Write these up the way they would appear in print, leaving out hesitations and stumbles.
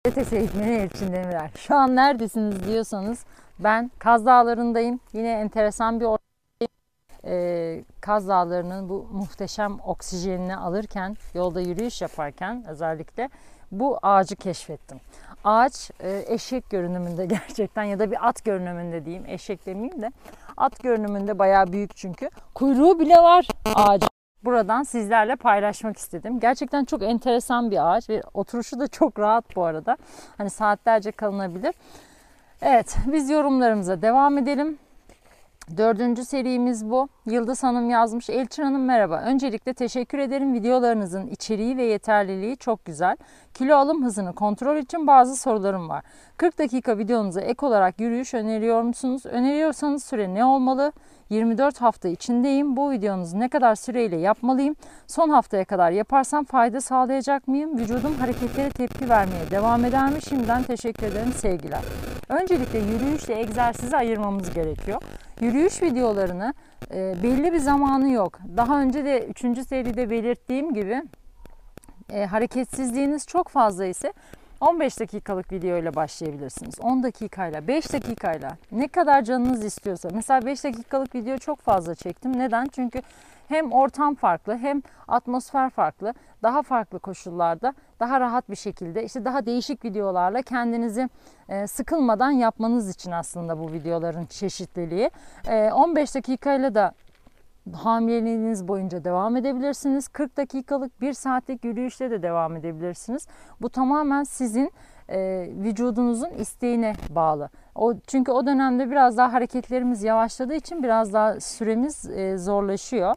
TTS eğitmeni Elçin Demirer. Şu an neredesiniz diyorsanız ben Kaz Dağları'ndayım. Yine enteresan bir Kaz Dağları'nın bu muhteşem oksijenini alırken, yolda yürüyüş yaparken özellikle bu ağacı keşfettim. Ağaç eşek görünümünde gerçekten, ya da bir at görünümünde diyeyim. Eşek demeyeyim de at görünümünde, bayağı büyük çünkü. Kuyruğu bile var ağacın. Buradan sizlerle paylaşmak istedim. Gerçekten çok enteresan bir ağaç ve oturuşu da çok rahat bu arada. Hani saatlerce kalınabilir. Evet, biz yorumlarımıza devam edelim. 4. serimiz bu. Yıldız Hanım yazmış. Elçin Hanım merhaba. Öncelikle teşekkür ederim. Videolarınızın içeriği ve yeterliliği çok güzel. Kilo alım hızını kontrol için bazı sorularım var. 40 dakika videonuza ek olarak yürüyüş öneriyor musunuz? Öneriyorsanız süre ne olmalı? 24 hafta içindeyim. Bu videonuzu ne kadar süreyle yapmalıyım? Son haftaya kadar yaparsam fayda sağlayacak mıyım? Vücudum hareketlere tepki vermeye devam eder mi? Şimdiden teşekkür ederim, sevgiler. Öncelikle yürüyüşle egzersizi ayırmamız gerekiyor. Yürüyüş videolarını belli bir zamanı yok. Daha önce de 3. seride belirttiğim gibi hareketsizliğiniz çok fazla ise 15 dakikalık video ile başlayabilirsiniz. 10 dakikayla, 5 dakikayla, ne kadar canınız istiyorsa. Mesela 5 dakikalık video çok fazla çektim. Neden? Çünkü hem ortam farklı, hem atmosfer farklı. Daha farklı koşullarda, daha rahat bir şekilde, işte daha değişik videolarla kendinizi sıkılmadan yapmanız için aslında bu videoların çeşitliliği. 15 dakikayla da hamileliğiniz boyunca devam edebilirsiniz. 40 dakikalık, 1 saatlik yürüyüşle de devam edebilirsiniz. Bu tamamen sizin vücudunuzun isteğine bağlı. Çünkü o dönemde biraz daha hareketlerimiz yavaşladığı için biraz daha süremiz zorlaşıyor.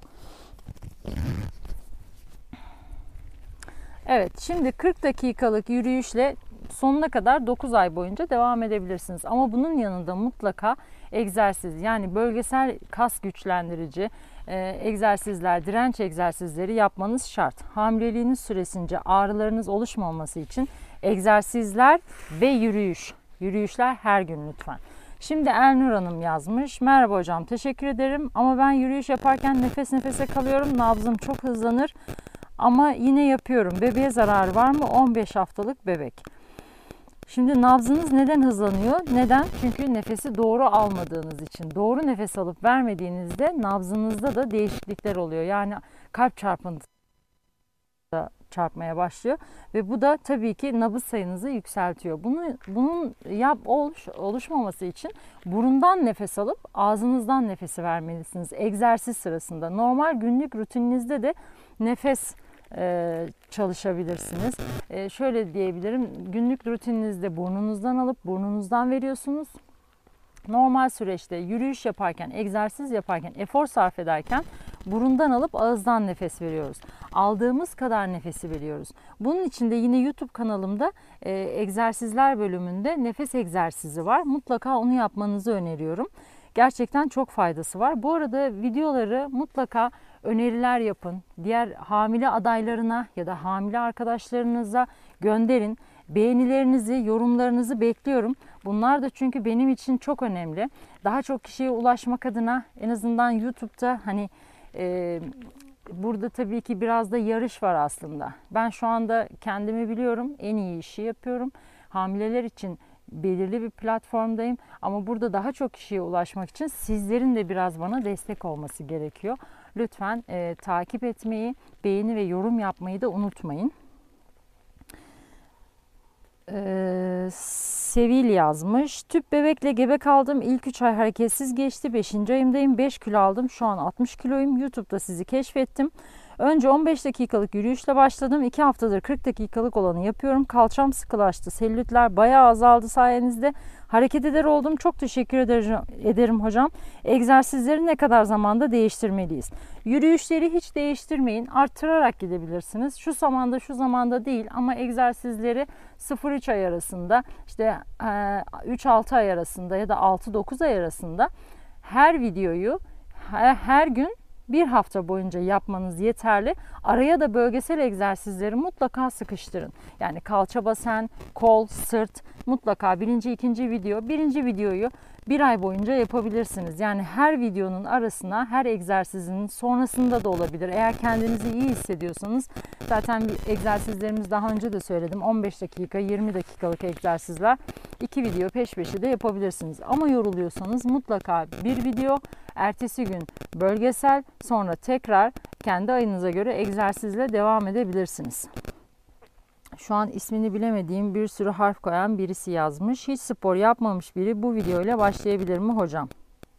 Evet, şimdi 40 dakikalık yürüyüşle sonuna kadar 9 ay boyunca devam edebilirsiniz. Ama bunun yanında mutlaka egzersiz, yani bölgesel kas güçlendirici egzersizler, direnç egzersizleri yapmanız şart. Hamileliğiniz süresince ağrılarınız oluşmaması için egzersizler ve yürüyüşler her gün lütfen. Şimdi Elnur Hanım yazmış. Merhaba hocam, teşekkür ederim ama ben yürüyüş yaparken nefes nefese kalıyorum. Nabzım çok hızlanır ama yine yapıyorum. Bebeğe zararı var mı? 15 haftalık bebek. Şimdi nabzınız neden hızlanıyor? Neden? Çünkü nefesi doğru almadığınız için. Doğru nefes alıp vermediğinizde nabzınızda da değişiklikler oluyor. Yani kalp çarpıntısı da çarpmaya başlıyor ve bu da tabii ki nabız sayınızı yükseltiyor. Bunun oluşmaması için burundan nefes alıp ağzınızdan nefesi vermelisiniz egzersiz sırasında. Normal günlük rutininizde de nefes çalışabilirsiniz. Şöyle diyebilirim, günlük rutininizde burnunuzdan alıp burnunuzdan veriyorsunuz. Normal süreçte yürüyüş yaparken, egzersiz yaparken, efor sarf ederken burundan alıp ağızdan nefes veriyoruz. Aldığımız kadar nefesi veriyoruz. Bunun için de yine YouTube kanalımda egzersizler bölümünde nefes egzersizi var. Mutlaka onu yapmanızı öneriyorum. Gerçekten çok faydası var. Bu arada videoları mutlaka öneriler yapın. Diğer hamile adaylarına ya da hamile arkadaşlarınıza gönderin. Beğenilerinizi, yorumlarınızı bekliyorum. Bunlar da çünkü benim için çok önemli. Daha çok kişiye ulaşmak adına, en azından YouTube'da burada tabii ki biraz da yarış var aslında. Ben şu anda kendimi biliyorum, en iyi işi yapıyorum. Hamileler için belirli bir platformdayım ama burada daha çok kişiye ulaşmak için sizlerin de biraz bana destek olması gerekiyor. Lütfen takip etmeyi, beğeni ve yorum yapmayı da unutmayın. Sevil yazmış. Tüp bebekle gebe kaldım. İlk 3 ay hareketsiz geçti. 5. ayımdayım. 5 kilo aldım. Şu an 60 kiloyum. YouTube'da sizi keşfettim. Önce 15 dakikalık yürüyüşle başladım. 2 haftadır 40 dakikalık olanı yapıyorum. Kalçam sıkılaştı. Selülitler bayağı azaldı sayenizde. Hareket eder oldum. Çok teşekkür ederim hocam. Egzersizleri ne kadar zamanda değiştirmeliyiz? Yürüyüşleri hiç değiştirmeyin. Arttırarak gidebilirsiniz. Şu zamanda değil ama egzersizleri 0-3 ay arasında, işte 3-6 ay arasında ya da 6-9 ay arasında her videoyu her gün 1 hafta boyunca yapmanız yeterli. Araya da bölgesel egzersizleri mutlaka sıkıştırın. Yani kalça basen, kol, sırt mutlaka birinci videoyu bir ay boyunca yapabilirsiniz. Yani her videonun arasına, her egzersizin sonrasında da olabilir. Eğer kendinizi iyi hissediyorsanız, zaten egzersizlerimiz daha önce de söyledim. 15 dakika, 20 dakikalık egzersizler 2 video peş peşe de yapabilirsiniz. Ama yoruluyorsanız mutlaka bir video, ertesi gün bölgesel, sonra tekrar kendi ayınıza göre egzersizle devam edebilirsiniz. Şu an ismini bilemediğim bir sürü harf koyan birisi yazmış. Hiç spor yapmamış biri bu videoyla başlayabilir mi hocam?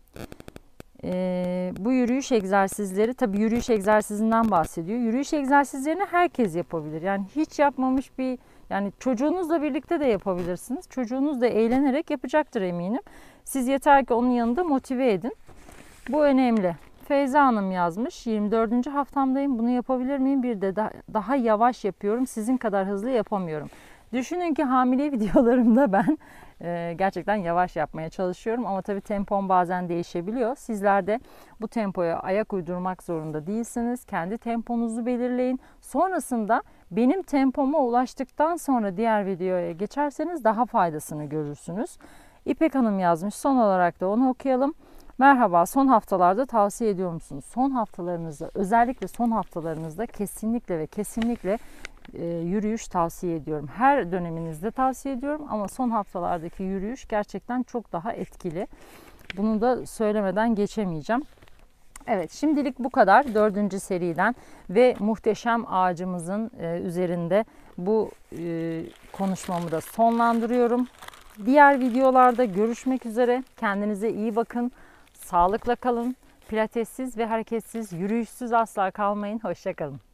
Bu yürüyüş egzersizleri, tabii yürüyüş egzersizinden bahsediyor. Yürüyüş egzersizlerini herkes yapabilir. Yani hiç yapmamış yani çocuğunuzla birlikte de yapabilirsiniz. Çocuğunuz da eğlenerek yapacaktır eminim. Siz yeter ki onun yanında motive edin. Bu önemli. Feyza Hanım yazmış. 24. haftamdayım. Bunu yapabilir miyim? Bir de daha yavaş yapıyorum. Sizin kadar hızlı yapamıyorum. Düşünün ki hamile videolarımda ben gerçekten yavaş yapmaya çalışıyorum. Ama tabii tempom bazen değişebiliyor. Sizler de bu tempoya ayak uydurmak zorunda değilsiniz. Kendi temponuzu belirleyin. Sonrasında benim tempoma ulaştıktan sonra diğer videoya geçerseniz daha faydasını görürsünüz. İpek Hanım yazmış. Son olarak da onu okuyalım. Merhaba, son haftalarda tavsiye ediyor musunuz? Son haftalarınızda, özellikle son haftalarınızda kesinlikle ve kesinlikle yürüyüş tavsiye ediyorum. Her döneminizde tavsiye ediyorum ama son haftalardaki yürüyüş gerçekten çok daha etkili. Bunu da söylemeden geçemeyeceğim. Evet, şimdilik bu kadar 4. seriden ve muhteşem ağacımızın üzerinde bu konuşmamı da sonlandırıyorum. Diğer videolarda görüşmek üzere. Kendinize iyi bakın. Sağlıkla kalın. Pilatessiz ve hareketsiz, yürüyüşsüz asla kalmayın. Hoşça kalın.